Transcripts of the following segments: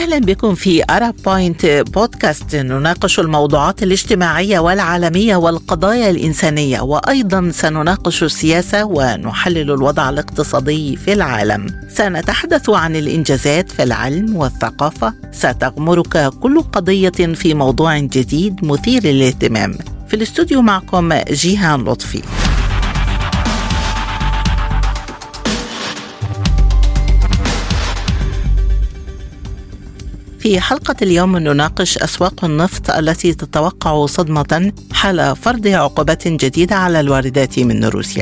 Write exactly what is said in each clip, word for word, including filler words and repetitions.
أهلا بكم في أرب بوينت بودكاست، نناقش الموضوعات الاجتماعية والعالمية والقضايا الإنسانية، وأيضا سنناقش السياسة ونحلل الوضع الاقتصادي في العالم. سنتحدث عن الإنجازات في العلم والثقافة. ستغمرك كل قضية في موضوع جديد مثير للاهتمام. في الاستوديو معكم جيهان لطفي. في حلقة اليوم نناقش أسواق النفط التي تتوقع صدمة حال فرض عقوبات جديدة على الواردات من روسيا.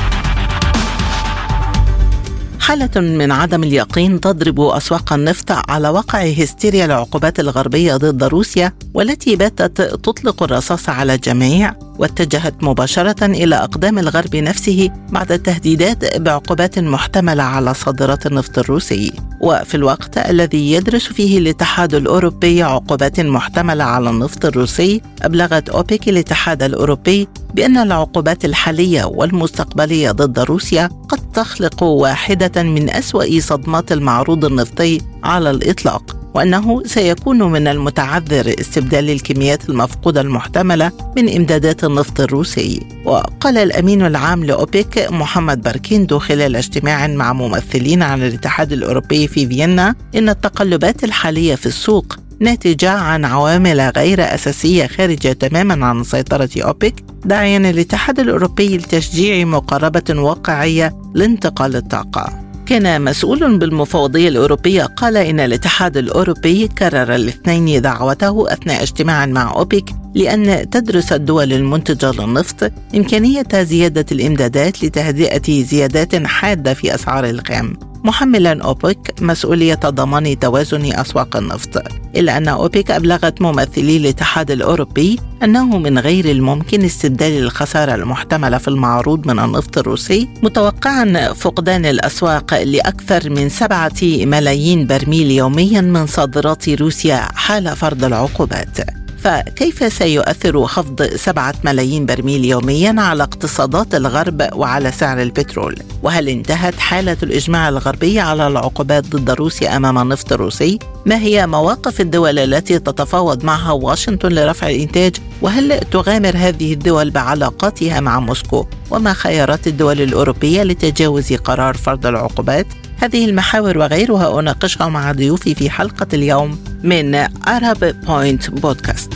حالة من عدم اليقين تضرب أسواق النفط على وقع هستيريا العقوبات الغربية ضد روسيا، والتي باتت تطلق الرصاص على الجميع، واتجهت مباشرة إلى أقدام الغرب نفسه بعد التهديدات بعقوبات محتملة على صادرات النفط الروسي. وفي الوقت الذي يدرس فيه الاتحاد الأوروبي عقوبات محتملة على النفط الروسي، أبلغت أوبك الاتحاد الأوروبي بأن العقوبات الحالية والمستقبلية ضد روسيا قد تخلق واحدة من أسوأ صدمات المعروض النفطي على الإطلاق، وأنه سيكون من المتعذر استبدال الكميات المفقودة المحتملة من إمدادات النفط الروسي. وقال الأمين العام لأوبك محمد باركيندو خلال اجتماع مع ممثلين عن الاتحاد الأوروبي في فيينا إن التقلبات الحالية في السوق ناتجة عن عوامل غير أساسية خارجة تماما عن سيطرة أوبك، داعيا الاتحاد الأوروبي لتشجيع مقاربة واقعية لانتقال الطاقة. كان مسؤول بالمفوضية الأوروبية قال إن الاتحاد الأوروبي كرر الاثنين دعوته أثناء اجتماع مع أوبك لأن تدرس الدول المنتجة للنفط إمكانية زيادة الإمدادات لتهدئة زيادات حادة في أسعار الخام، محملا أوبك مسؤولية ضمان توازن أسواق النفط. إلا أن أوبك أبلغت ممثلي الاتحاد الأوروبي أنه من غير الممكن استبدال الخسارة المحتملة في المعروض من النفط الروسي، متوقعا فقدان الأسواق لأكثر من سبعة ملايين برميل يوميا من صادرات روسيا حال فرض العقوبات. فكيف سيؤثر خفض سبعة ملايين برميل يوميا على اقتصادات الغرب وعلى سعر البترول؟ وهل انتهت حالة الإجماع الغربي على العقوبات ضد روسيا أمام النفط الروسي؟ ما هي مواقف الدول التي تتفاوض معها واشنطن لرفع الإنتاج؟ وهل تغامر هذه الدول بعلاقاتها مع موسكو؟ وما خيارات الدول الأوروبية لتجاوز قرار فرض العقوبات؟ هذه المحاور وغيرها أناقشها مع ضيوفي في حلقة اليوم من أرب بوينت بودكاست.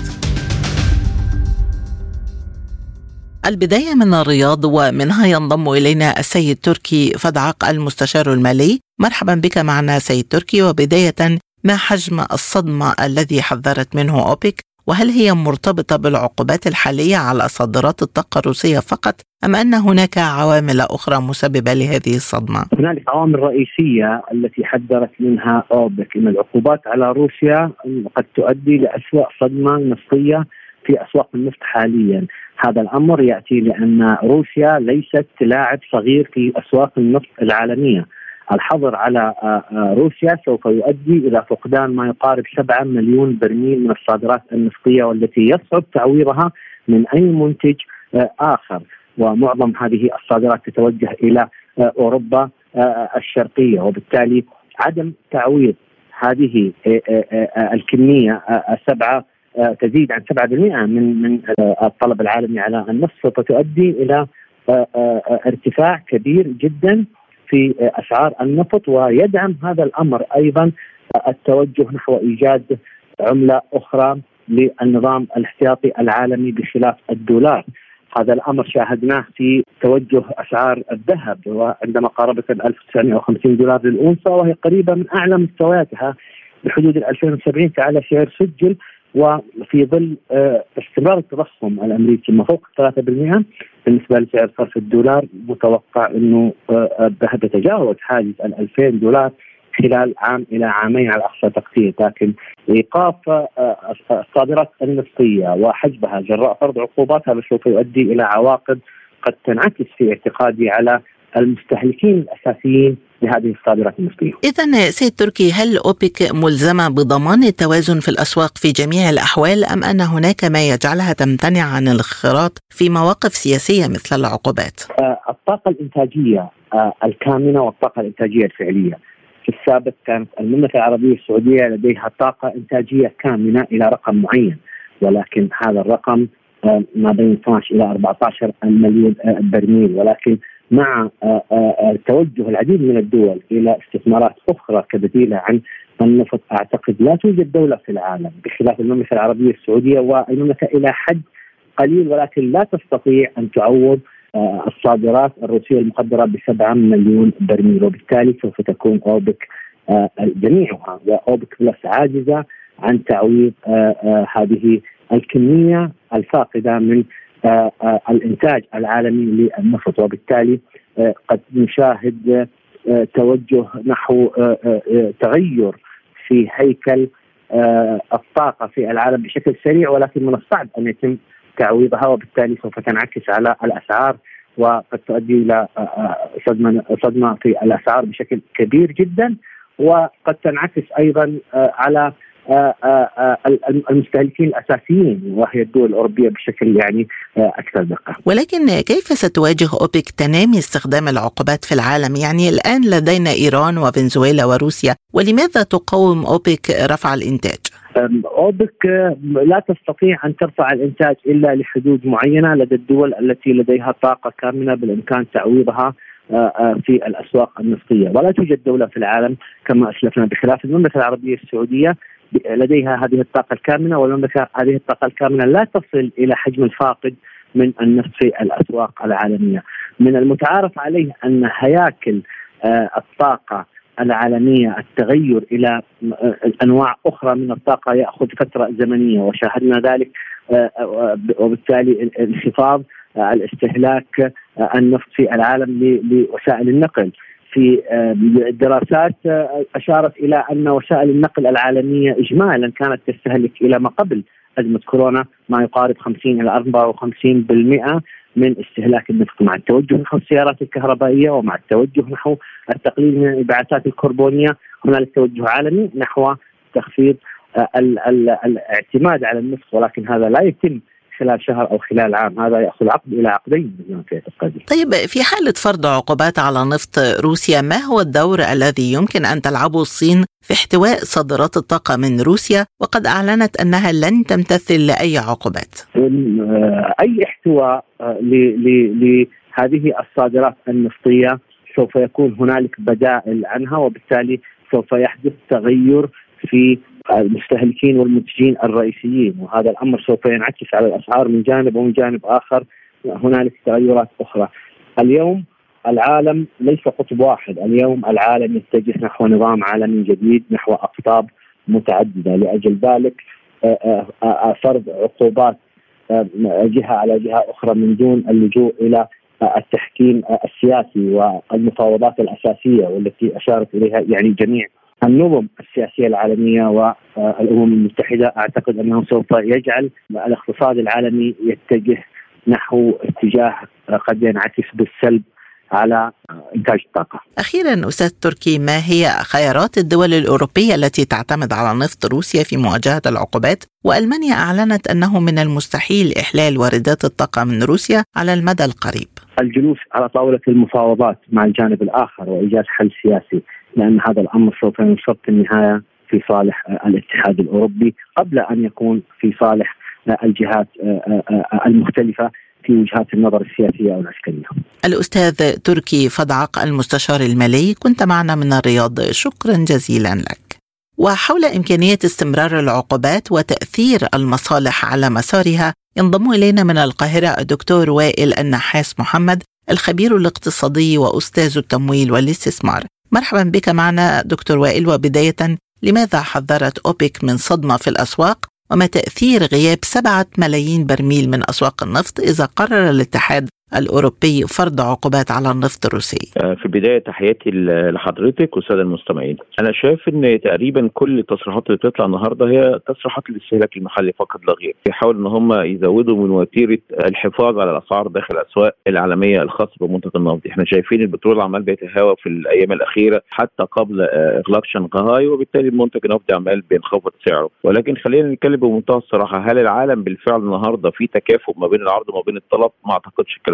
البداية من الرياض، ومنها ينضم إلينا السيد تركي فدعق المستشار المالي. مرحبا بك معنا سيد تركي. وبداية، ما حجم الصدمة الذي حذرت منه أوبك؟ وهل هي مرتبطة بالعقوبات الحالية على صادرات الطاقة الروسية فقط، أم أن هناك عوامل أخرى مسببة لهذه الصدمة؟ هنالك عوامل رئيسية التي حذرت منها أوبك إن العقوبات على روسيا قد تؤدي لأسوأ صدمة نفطية في أسواق النفط حاليا. هذا الأمر يأتي لأن روسيا ليست لاعب صغير في أسواق النفط العالمية. الحظر على روسيا سوف يؤدي إلى فقدان ما يقارب سبعة مليون برميل من الصادرات النفطية، والتي يصعب تعويضها من أي منتج آخر، ومعظم هذه الصادرات تتوجه إلى أوروبا الشرقية، وبالتالي عدم تعويض هذه الكمية السبعة تزيد عن سبعة بالمئة من من الطلب العالمي على النفط سوف تؤدي إلى ارتفاع كبير جدا في أسعار النفط. ويدعم هذا الأمر أيضا التوجه نحو إيجاد عملة أخرى للنظام الاحتياطي العالمي بخلاف الدولار. هذا الأمر شاهدناه في توجه أسعار الذهب، وعندما قاربت ألف وتسعمئة وخمسين دولار للأونصة، وهي قريبة من أعلى مستوياتها بحدود ألفين وسبعين كعلى شهر سجل. وفي ظل استمرار التضخم الأمريكي ما فوق ثلاثة بالمئة بالنسبة لسعر صرف الدولار، متوقع أنه الذهب يتجاوز حاجز الألفين دولار خلال عام إلى عامين على أقصى تقدير. لكن إيقاف الصادرات النفطية وحجبها جراء فرض عقوبات هذا سوف يؤدي إلى عواقب قد تنعكس في اعتقادي على المستهلكين الأساسيين لهذه الصادرات النفطية. إذن سيد تركي، هل أوبك ملزمة بضمان التوازن في الأسواق في جميع الأحوال، أم أن هناك ما يجعلها تمتنع عن الانخراط في مواقف سياسية مثل العقوبات؟ الطاقة الإنتاجية الكامنة والطاقة الإنتاجية الفعلية في السابق كانت المملكة العربية السعودية لديها طاقة إنتاجية كامنة إلى رقم معين، ولكن هذا الرقم ما بين اثني عشر إلى أربعة عشر مليون برميل. ولكن مع توجه العديد من الدول إلى استثمارات أخرى كبديلة عن النفط، أعتقد لا توجد دولة في العالم بخلاف المملكة العربية السعودية والمملكة إلى حد قليل، ولكن لا تستطيع أن تعوض الصادرات الروسية المقدرة بسبعة مليون برميل. وبالتالي سوف تكون أوبك جميعها وأوبك بلس عاجزة عن تعويض هذه الكمية الفاقدة من الإنتاج العالمي للنفط. وبالتالي قد نشاهد توجه نحو تغير في هيكل الطاقة في العالم بشكل سريع، ولكن من الصعب أن يتم تعويضها، وبالتالي سوف تنعكس على الأسعار وقد تؤدي إلى صدمة صدمة في الأسعار بشكل كبير جدا، وقد تنعكس أيضا على المستهلكين الأساسيين وهي الدول الأوروبية بشكل يعني أكثر دقة. ولكن كيف ستواجه أوبك تنامي استخدام العقوبات في العالم؟ يعني الآن لدينا إيران وفنزويلا وروسيا، ولماذا تقاوم أوبك رفع الإنتاج؟ أوبك لا تستطيع أن ترفع الإنتاج إلا لحدود معينة لدى الدول التي لديها طاقة كامنة بالإمكان تعويضها في الأسواق النفطية، ولا توجد دولة في العالم كما أسلفنا بخلاف المملكة العربية السعودية لديها هذه الطاقة الكامنة، والمملكة هذه الطاقة الكامنة لا تصل إلى حجم الفاقد من النفط في الأسواق العالمية. من المتعارف عليه أن هياكل الطاقة العالمية التغير إلى أنواع أخرى من الطاقة يأخذ فترة زمنية، وشاهدنا ذلك، وبالتالي انخفاض الاستهلاك النفط في العالم لوسائل النقل. في دراسات أشارت إلى أن وسائل النقل العالمية إجمالا كانت تستهلك إلى ما قبل أزمة كورونا ما يقارب خمسين إلى أربعة وخمسين بالمئة من استهلاك النفط، مع التوجه نحو السيارات الكهربائية ومع التوجه نحو التقليل من الانبعاثات الكربونية. هنالك توجه عالمي نحو تخفيض الاعتماد على النفط، ولكن هذا لا يتم خلال شهر أو خلال عام، هذا يأخذ عقد إلى عقدين في اعتقادي. طيب، في حالة فرض عقوبات على نفط روسيا، ما هو الدور الذي يمكن أن تلعبه الصين في احتواء صادرات الطاقة من روسيا، وقد أعلنت أنها لن تمتثل لأي عقوبات؟ أي احتواء لهذه الصادرات النفطية سوف يكون هنالك بدائل عنها، وبالتالي سوف يحدث تغير في المستهلكين والمنتجين الرئيسيين، وهذا الأمر سوف ينعكس على الأسعار من جانب، ومن جانب آخر هنالك تغيرات أخرى. اليوم العالم ليس قطب واحد، اليوم العالم يتجه نحو نظام عالمي جديد، نحو أقطاب متعددة. لأجل ذلك فرض عقوبات جهة على جهة أخرى من دون اللجوء إلى التحكيم السياسي والمفاوضات الأساسية والتي أشارت إليها يعني جميع النظم السياسية العالمية والأمم المتحدة، أعتقد أنه سوف يجعل الاقتصاد العالمي يتجه نحو اتجاه قد ينعكس بالسلب على إنتاج الطاقة. أخيرا أستاذ تركي، ما هي خيارات الدول الأوروبية التي تعتمد على نفط روسيا في مواجهة العقوبات؟ وألمانيا أعلنت أنه من المستحيل إحلال واردات الطاقة من روسيا على المدى القريب. الجلوس على طاولة المفاوضات مع الجانب الآخر وإيجاد حل سياسي، لأن هذا الأمر سوف ينصب في النهاية في صالح الاتحاد الأوروبي قبل أن يكون في صالح الجهات المختلفة في وجهات النظر السياسية أو العسكرية. الأستاذ تركي فضعق المستشار المالي، كنت معنا من الرياض، شكرا جزيلا لك. وحول إمكانية استمرار العقوبات وتأثير المصالح على مسارها، ينضم إلينا من القاهرة الدكتور وائل النحاس محمد، الخبير الاقتصادي وأستاذ التمويل والاستثمار. مرحبا بك معنا دكتور وائل. وبداية، لماذا حذرت أوبك من صدمة في الأسواق، وما تأثير غياب سبعة ملايين برميل من أسواق النفط إذا قرر الاتحاد الأوروبي فرض عقوبات على النفط الروسي؟ في البداية تحياتي لحضرتك والسادة المستمعين. أنا شايف أن تقريبا كل التصريحات اللي بتطلع النهاردة هي تصريحات للاستهلاك المحلي فقط لا غير، يحاول أن هم يزودوا من وتيرة الحفاظ على الأسعار داخل الأسواق العالمية الخاصة بمنتج النفط. احنا شايفين البترول عمال بيتهاوى في الأيام الأخيرة حتى قبل إغلاق شنغهاي، وبالتالي المنتج النفطي عمال بينخفض سعره. ولكن خلينا نتكلم بمنتهى الصراحة، هل العالم بالفعل النهاردة في تكافؤ ما بين العرض وما بين الطلب؟ ما أعتقدش الكلام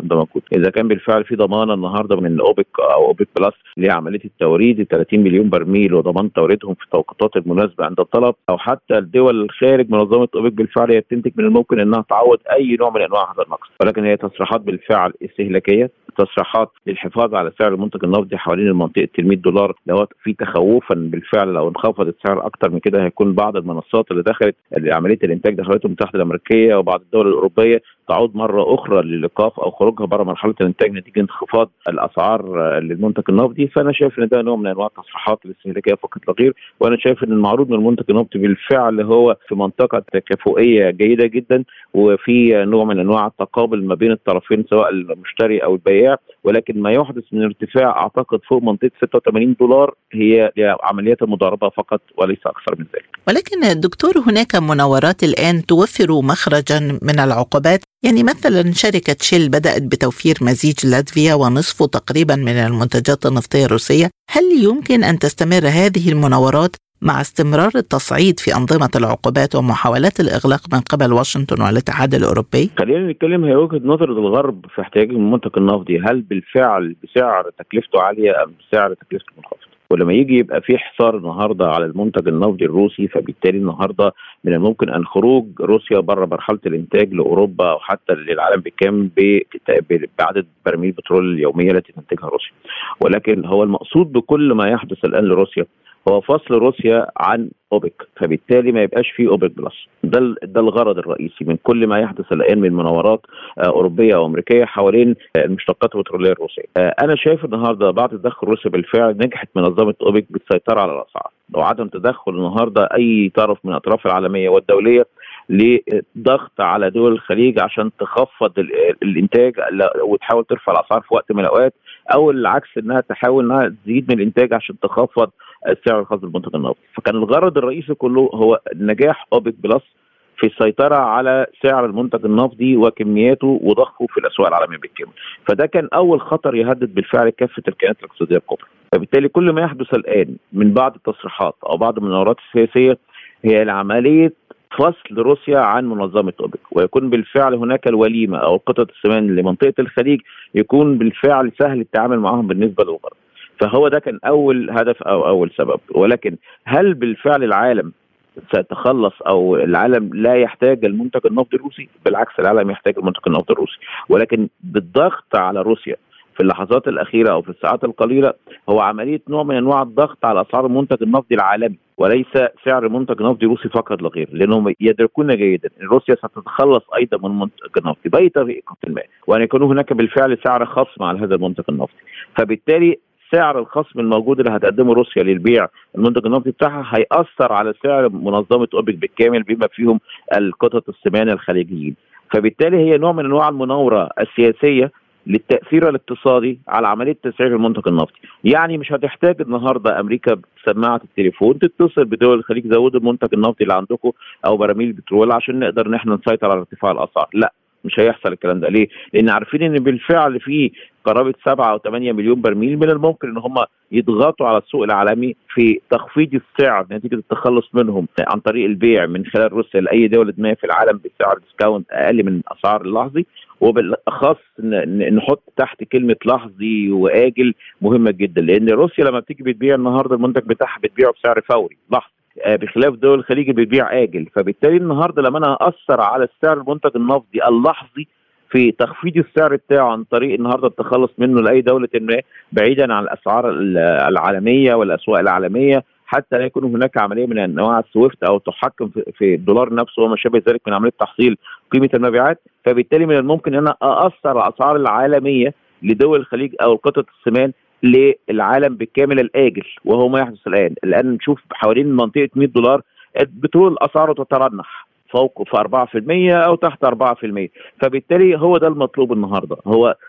الكلام ده موجود. اذا كان بالفعل في ضمانه النهارده من اوبك او اوبك بلس لعمليه التوريد ثلاثين مليون برميل وضمان توريدهم في التوقيتات المناسبه عند الطلب، او حتى الدول خارج منظمه اوبك بالفعل هي بتنتج من الممكن انها تعوض اي نوع من انواع هذا النقص، ولكن هي تصريحات بالفعل استهلاكيه، تصريحات للحفاظ على سعر المنتج النفطي حوالين المنطقه ال مئة دولار، لو في تخوفا بالفعل لو انخفض السعر اكثر من كده هيكون بعض المنصات اللي دخلت عمليه الانتاج داخل الولايات المتحده الامريكيه وبعض الدول الاوروبيه تعود مره اخرى للايقاف او خروجها بره مرحله الانتاج نتيجه انخفاض الاسعار للمنتج النفطي. فانا شايف ان ده نوع من انواع التصريحات الاستهلاكيه فقط لا غير، وانا شايف ان المعروض من المنتج النفطي بالفعل هو في منطقه تكافؤيه جيده جدا، وفي نوع من انواع التقابل ما بين الطرفين سواء المشتري او البياع، ولكن ما يحدث من ارتفاع اعتقد فوق منطقه ستة وثمانين دولار هي عمليات المضاربه فقط وليس اكثر من ذلك. ولكن دكتور هناك مناورات الان توفر مخرجا من العقوبات، يعني مثلا شركه شيل بدات بتوفير مزيج لاتفيا ونصفه تقريبا من المنتجات النفطيه الروسيه، هل يمكن ان تستمر هذه المناورات مع استمرار التصعيد في أنظمة العقوبات ومحاولات الإغلاق من قبل واشنطن والاتحاد الأوروبي؟ خلينا نتكلم هي وجهة نظر الغرب في احتياج المنتج النفطي، هل بالفعل بسعر تكلفته عالية أم بسعر تكلفته منخفضة؟ ولما يجي يبقى في حصار النهارده على المنتج النفطي الروسي، فبالتالي النهارده من الممكن ان خروج روسيا بره مرحله الانتاج لاوروبا او حتى للعالم بالكامل بعدد برميل البترول اليوميه التي تنتجها روسيا. ولكن هو المقصود بكل ما يحدث الان لروسيا هو فصل روسيا عن اوبك، فبالتالي ما يبقاش فيه اوبك بلس. ده ده الغرض الرئيسي من كل ما يحدث الان من مناورات اوروبيه او امريكيه حوالين المشتقات البتروليه الروسيه. انا شايف النهارده بعد تدخل روسيا بالفعل نجحت منظمه اوبك بالسيطره على الاسعار، وعدم تدخل النهارده اي طرف من الاطراف العالميه والدوليه لضغط على دول الخليج عشان تخفض الانتاج وتحاول ترفع الاسعار في وقت من الاوقات، او العكس انها تحاول انها تزيد من الانتاج عشان تخفض السعر الخاص بالمنتج النفطي. فكان الغرض الرئيسي كله هو نجاح اوبك بلس في السيطره على سعر المنتج النفطي وكمياته وضخه في الاسواق العالميه بالكامل. فده كان اول خطر يهدد بالفعل كافه الكيانات الاقتصاديه الكبرى. فبالتالي كل ما يحدث الان من بعض التصريحات او بعض المناورات السياسيه هي العمليه فصل روسيا عن منظمه اوبك، ويكون بالفعل هناك الوليمه او قطعه السمان لمنطقه الخليج يكون بالفعل سهل التعامل معهم بالنسبه للغرب. فهو ده كان اول هدف او اول سبب. ولكن هل بالفعل العالم سيتخلص او العالم لا يحتاج المنتج النفطي الروسي؟ بالعكس العالم يحتاج المنتج النفطي الروسي، ولكن بالضغط على روسيا في اللحظات الاخيره او في الساعات القليله هو عمليه نوع من انواع الضغط على اسعار المنتج النفطي العالمي وليس سعر منتج نفطي روسي فقط لا غير، لانهم يدركون جيدا ان روسيا ستتخلص ايضا من المنتج النفطي باي طريقه ما، وان يكون هناك بالفعل سعر خصم على هذا المنتج النفطي. فبالتالي سعر الخصم الموجود اللي هتقدمه روسيا للبيع المنتج النفطي بتاعها هيأثر على سعر منظمه اوبك بالكامل بما فيهم القطعة السمان الخليجيين. فبالتالي هي نوع من انواع المناوره السياسيه للتأثير الاقتصادي على عملية تسعير المنتج النفطي. يعني مش هتحتاج النهاردة أمريكا بسماعة التليفون تتصل بدول الخليج زودوا المنتج النفطي اللي عندكم أو براميل البترول عشان نقدر إن احنا نسيطر على ارتفاع الأسعار. لا، مش هيحصل الكلام ده. ليه؟ لأن عارفين إن بالفعل في قرابة سبعة أو ثمانية مليون برميل من الممكن إن هم يضغطوا على السوق العالمي في تخفيض السعر نتيجة التخلص منهم عن طريق البيع من خلال روسيا لأي دولة ما في العالم بسعر ديسكاونت أقل من الأسعار اللحظي. وبالأخص نحط تحت كلمة لحظي وآجل مهمة جدا، لأن روسيا لما بتيجي بتبيع النهاردة المنتج بتاعها بتبيعه بسعر فوري لحظي، بخلاف دول الخليج بتبيع آجل. فبالتالي النهاردة لما أنا أثر على السعر المنتج النفطي اللحظي في تخفيض السعر بتاعه عن طريق النهارده التخلص منه لاي دوله ما بعيدا عن الاسعار العالميه والاسواق العالميه، حتى لا يكون هناك عمليه من انواع السويفت او التحكم في الدولار نفسه وما شابه ذلك من عمليه تحصيل قيمه المبيعات. فبالتالي من الممكن ان انا ااثر على الاسعار العالميه لدول الخليج او قطعه السمان للعالم بالكامل الاجل، وهو ما يحدث الان. الان نشوف حوالين منطقه مئة دولار البترول اسعاره تترنح فوق في أربعة بالمئة او تحت أربعة بالمئة. فبالتالي هو ده المطلوب النهارده، هو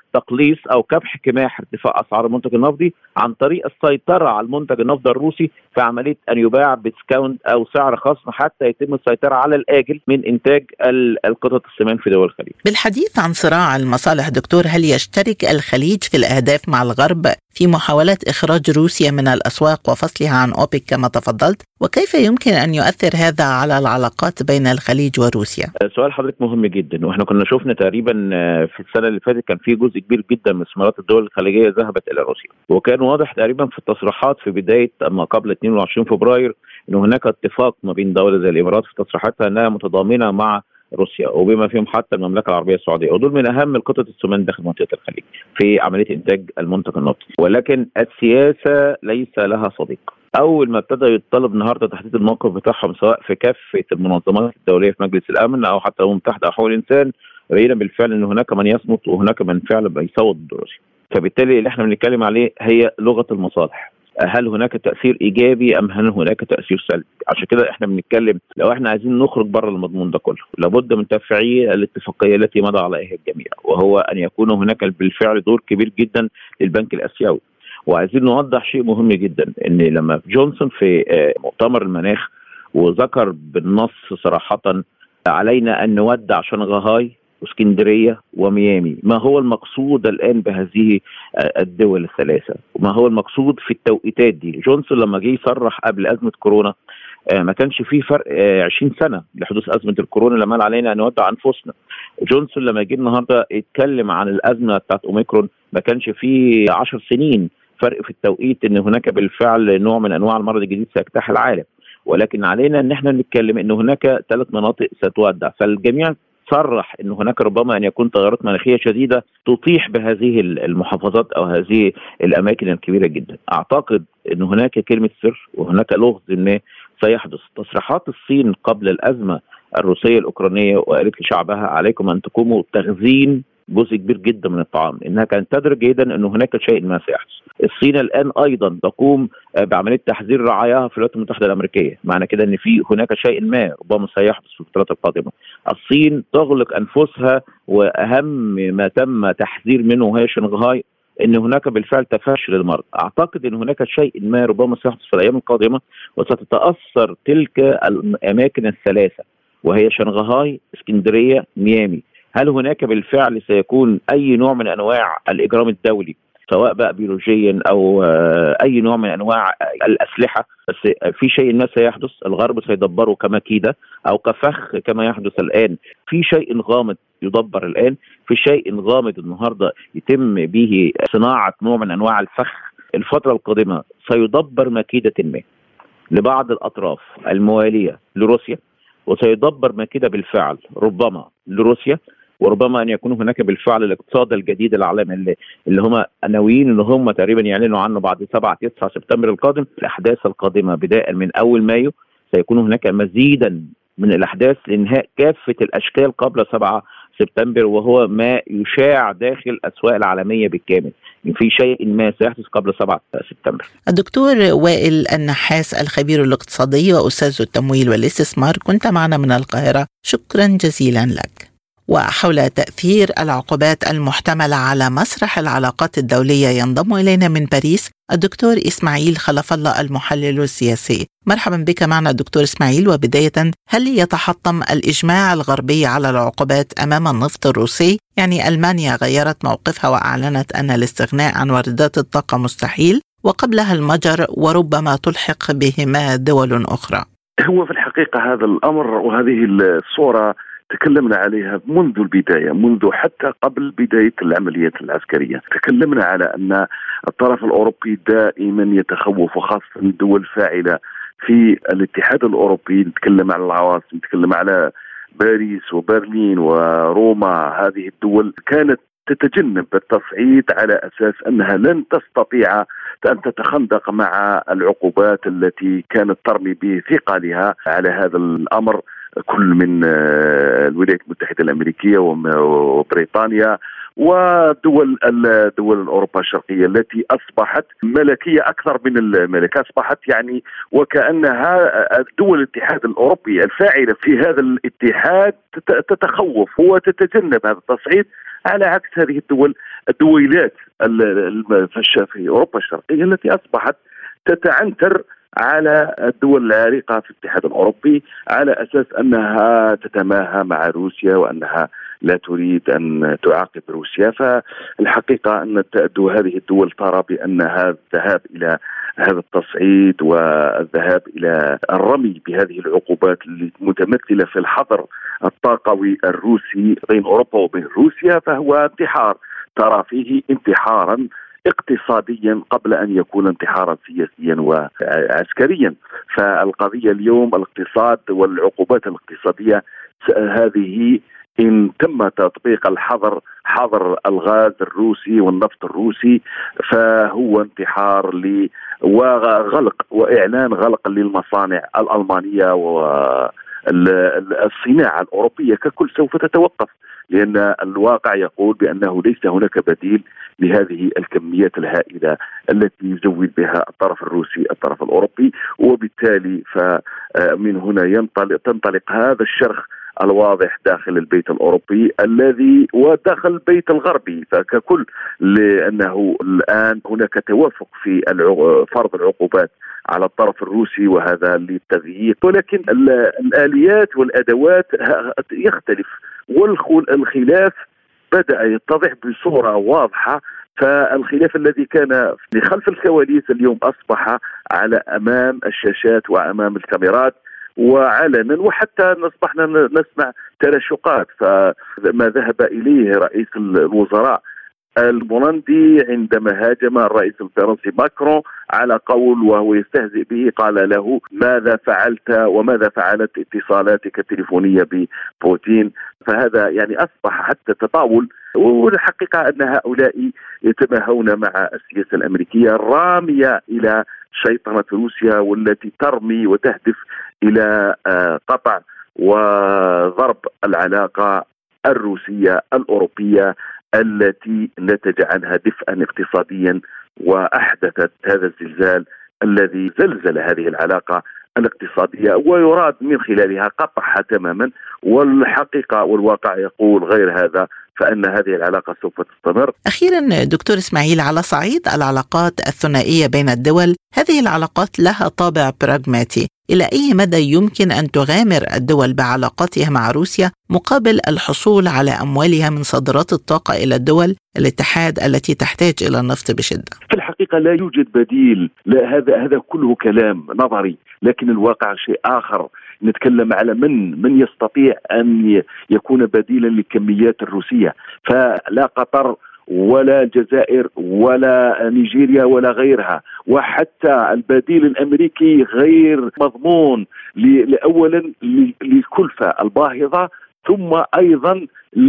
تقليص او كبح كماح ارتفاع اسعار المنتج النفطي عن طريق السيطره على المنتج النفطي الروسي في عمليه ان يباع بديسكاونت او سعر خصم حتى يتم السيطره على الاجل من انتاج القطط السمان في دول الخليج. بالحديث عن صراع المصالح دكتور، هل يشترك الخليج في الاهداف مع الغرب في محاولة إخراج روسيا من الأسواق وفصلها عن أوبك كما تفضلت؟ وكيف يمكن أن يؤثر هذا على العلاقات بين الخليج وروسيا؟ سؤال حضرتك مهم جدا، واحنا كنا شفنا تقريبا في السنة اللي فاتت كان في جزء كبير جدا من استثمارات الدول الخليجية ذهبت إلى روسيا، وكان واضح تقريبا في التصريحات في بداية ما قبل اثنين وعشرين فبراير أن هناك اتفاق ما بين دولة زي الإمارات في تصريحاتها أنها متضامنة مع روسيا وبما فيهم حتى المملكه العربيه السعوديه، ودول من اهم القطط السمان داخل منطقه الخليج في عمليه انتاج المنتج النفطي، ولكن السياسه ليس لها صديق. اول ما ابتدى يتطلب النهارده تحديد الموقف بتاعهم سواء في كافه المنظمات الدوليه في مجلس الامن او حتى الامم المتحده او حقوق الانسان، راينا بالفعل ان هناك من يصمت وهناك من فعلا بيصوت ضد روسيا. فبالتالي اللي احنا بنتكلم عليه هي لغه المصالح. هل هناك تأثير إيجابي أم هل هناك تأثير سلبي؟ عشان كده احنا بنتكلم لو احنا عايزين نخرج بره المضمون ده كله لابد من تفعيل الاتفاقية التي مضى عليها الجميع، وهو أن يكون هناك بالفعل دور كبير جدا للبنك الآسيوي. وعايزين نوضح شيء مهم جدا، ان لما جونسون في مؤتمر المناخ وذكر بالنص صراحة علينا أن نودع شنغهاي واسكندرية وميامي، ما هو المقصود الآن بهذه الدول الثلاثة وما هو المقصود في التوقيتات دي؟ جونسون لما جه يصرح قبل أزمة كورونا ما كانش فيه فرق عشرين سنة لحدوث أزمة الكورونا لما قال علينا أن نودع أنفسنا. جونسون لما جه النهاردة يتكلم عن الأزمة بتاعت أوميكرون ما كانش فيه عشر سنين فرق في التوقيت ان هناك بالفعل نوع من انواع المرض الجديد سيجتاح العالم، ولكن علينا ان احنا نتكلم ان هناك ثلاث مناطق ستودع. فالجميع صرح ان هناك ربما ان يكون تغيرات مناخيه شديده تطيح بهذه المحافظات او هذه الاماكن الكبيره جدا. اعتقد ان هناك كلمه سر وهناك لغز ما سيحدث. تصريحات الصين قبل الازمه الروسيه الاوكرانيه وقالت لشعبها عليكم ان تقوموا بتخزين جزء كبير جدا من الطعام، انها كانت تدرك جيدا انه هناك شيء ما سيحدث. الصين الان ايضا تقوم بعمليه تحذير رعاياها في الولايات المتحده الامريكيه، معنى كده ان في هناك شيء ما ربما سيحدث في الفترات القادمه. الصين تغلق انفسها، واهم ما تم تحذير منه وهي شنغهاي ان هناك بالفعل تفشي للمرض. اعتقد ان هناك شيء ما ربما سيحدث في الايام القادمه وستتاثر تلك الاماكن الثلاثه وهي شنغهاي، اسكندريه، ميامي. هل هناك بالفعل سيكون أي نوع من أنواع الإجرام الدولي سواء بقى بيولوجيا أو أي نوع من أنواع الأسلحة؟ بس في شيء ما سيحدث. الغرب سيدبره كمكيدة أو كفخ كما يحدث الآن. في شيء غامض يدبر الآن، في شيء غامض النهاردة يتم به صناعة نوع من أنواع الفخ. الفترة القادمة سيدبر مكيدة ما لبعض الأطراف الموالية لروسيا، وسيدبر مكيدة بالفعل ربما لروسيا، وربما ان يكون هناك بالفعل الاقتصاد الجديد العالمي اللي, اللي هم ناويين ان هم تقريبا يعلنوا عنه بعد سبعة تسعة سبتمبر القادم. الاحداث القادمه بدايه من اول مايو سيكون هناك مزيدا من الاحداث لانهاء كافه الاشكال قبل سبعة سبتمبر، وهو ما يشاع داخل الاسواق العالميه بالكامل. في شيء ما سيحدث قبل سبعة سبتمبر. الدكتور وائل النحاس الخبير الاقتصادي واستاذ التمويل والاستثمار، كنت معنا من القاهره، شكرا جزيلا لك. وحول تأثير العقوبات المحتملة على مسرح العلاقات الدولية ينضم إلينا من باريس الدكتور إسماعيل خلف الله المحلل السياسي. مرحبا بك معنا دكتور إسماعيل. وبداية، هل يتحطم الإجماع الغربي على العقوبات أمام النفط الروسي؟ يعني ألمانيا غيرت موقفها وأعلنت أن الاستغناء عن واردات الطاقة مستحيل، وقبلها المجر، وربما تلحق بهما دول أخرى. هو في الحقيقة هذا الأمر وهذه الصورة تكلمنا عليها منذ البداية، منذ حتى قبل بداية العمليات العسكرية. تكلمنا على أن الطرف الأوروبي دائما يتخوف، وخاصة الدول الفاعلة في الاتحاد الأوروبي. نتكلم على العواصم، نتكلم على باريس وبرلين وروما. هذه الدول كانت تتجنب التصعيد على أساس أنها لن تستطيع أن تتخندق مع العقوبات التي كانت ترمي بثقلها على هذا الأمر كل من الولايات المتحدة الأمريكية وبريطانيا ودول الدول الأوروبا الشرقية التي أصبحت ملكية أكثر من الملكة، أصبحت يعني وكأنها دول الاتحاد الأوروبي الفاعلة في هذا الاتحاد تتخوف وتتجنب هذا التصعيد، على عكس هذه الدول الدويلات في أوروبا الشرقية التي أصبحت تتعنتر على الدول العريقة في الاتحاد الأوروبي على أساس أنها تتماهى مع روسيا وأنها لا تريد أن تعاقب روسيا. فالحقيقة أن هذه الدول ترى بأن هذا الذهاب إلى هذا التصعيد والذهاب إلى الرمي بهذه العقوبات المتمثلة في الحظر الطاقوي الروسي بين أوروبا وبين روسيا فهو انتحار، ترى فيه انتحارا اقتصاديا قبل أن يكون انتحارا سياسيا وعسكريا. فالقضية اليوم الاقتصاد والعقوبات الاقتصادية هذه إن تم تطبيق الحظر حظر الغاز الروسي والنفط الروسي فهو انتحار ل وغلق وإعلان غلق للمصانع الألمانية والصناعة الأوروبية ككل سوف تتوقف، لأن الواقع يقول بأنه ليس هناك بديل لهذه الكميات الهائلة التي يزود بها الطرف الروسي الطرف الأوروبي. وبالتالي فمن هنا ينطلق تنطلق هذا الشرخ الواضح داخل البيت الأوروبي الذي وداخل البيت الغربي فككل، لأنه الآن هناك توافق في فرض العقوبات على الطرف الروسي وهذا للتضييق، ولكن الآليات والأدوات يختلف والخلاف بدأ يتضح بصورة واضحة. فالخلاف الذي كان خلف الكواليس اليوم أصبح على أمام الشاشات وأمام الكاميرات وعلنا، وحتى أصبحنا نسمع تراشقات. فما ذهب إليه رئيس الوزراء البولندي عندما هاجم الرئيس الفرنسي ماكرون على قول وهو يستهزئ به، قال له ماذا فعلت وماذا فعلت اتصالاتك التليفونية ببوتين. فهذا يعني أصبح حتى تطاول، والحقيقة أن هؤلاء يتماهون مع السياسة الأمريكية الرامية إلى شيطنة روسيا والتي ترمي وتهدف إلى قطع وضرب العلاقة الروسية الأوروبية التي نتج عنها دفئا اقتصاديا وأحدثت هذا الزلزال الذي زلزل هذه العلاقة الاقتصادية ويراد من خلالها قطعها تماما. والحقيقة والواقع يقول غير هذا، فإن هذه العلاقة سوف تستمر. أخيرا دكتور إسماعيل، على صعيد العلاقات الثنائية بين الدول، هذه العلاقات لها طابع براغماتي. إلى أي مدى يمكن أن تغامر الدول بعلاقاتها مع روسيا مقابل الحصول على أموالها من صادرات الطاقة إلى الدول الاتحاد التي تحتاج إلى النفط بشدة؟ في الحقيقة لا يوجد بديل، لا هذا هذا كله كلام نظري، لكن الواقع شيء آخر. نتكلم على من من يستطيع أن يكون بديلا للكميات الروسية، فلا قطر ولا الجزائر ولا نيجيريا ولا غيرها، وحتى البديل الأمريكي غير مضمون لأولا للكلفة الباهظة، ثم أيضا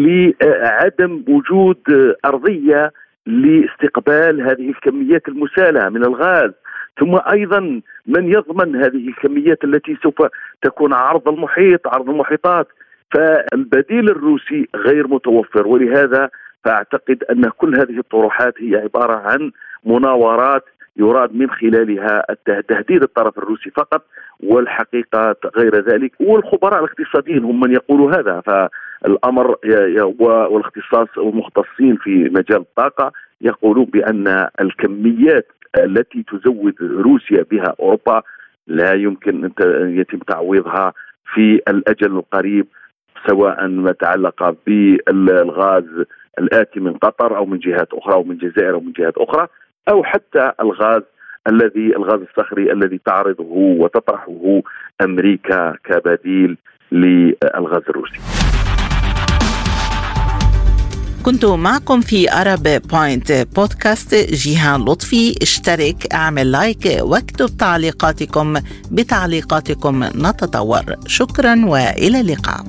لعدم وجود أرضية لاستقبال هذه الكميات المسالة من الغاز، ثم أيضا من يضمن هذه الكميات التي سوف تكون عرض المحيط عرض المحيطات. فالبديل الروسي غير متوفر، ولهذا فأعتقد أن كل هذه الطروحات هي عبارة عن مناورات يراد من خلالها تهديد الطرف الروسي فقط، والحقيقة غير ذلك. والخبراء الاقتصاديين هم من يقولوا هذا، فالأمر والاختصاص والمختصين في مجال الطاقة يقولون بأن الكميات التي تزود روسيا بها أوروبا لا يمكن أن يتم تعويضها في الأجل القريب، سواء ما تعلق بالغاز الآتي من قطر أو من جهات أخرى أو من الجزائر أو من جهات أخرى، أو حتى الغاز الذي الغاز الصخري الذي تعرضه وتطرحه أمريكا كبديل للغاز الروسي. كنت معكم في Arab Point بودكاست جيهان لطفي. اشترك، اعمل لايك، واكتب تعليقاتكم. بتعليقاتكم نتطور. شكرا وإلى اللقاء.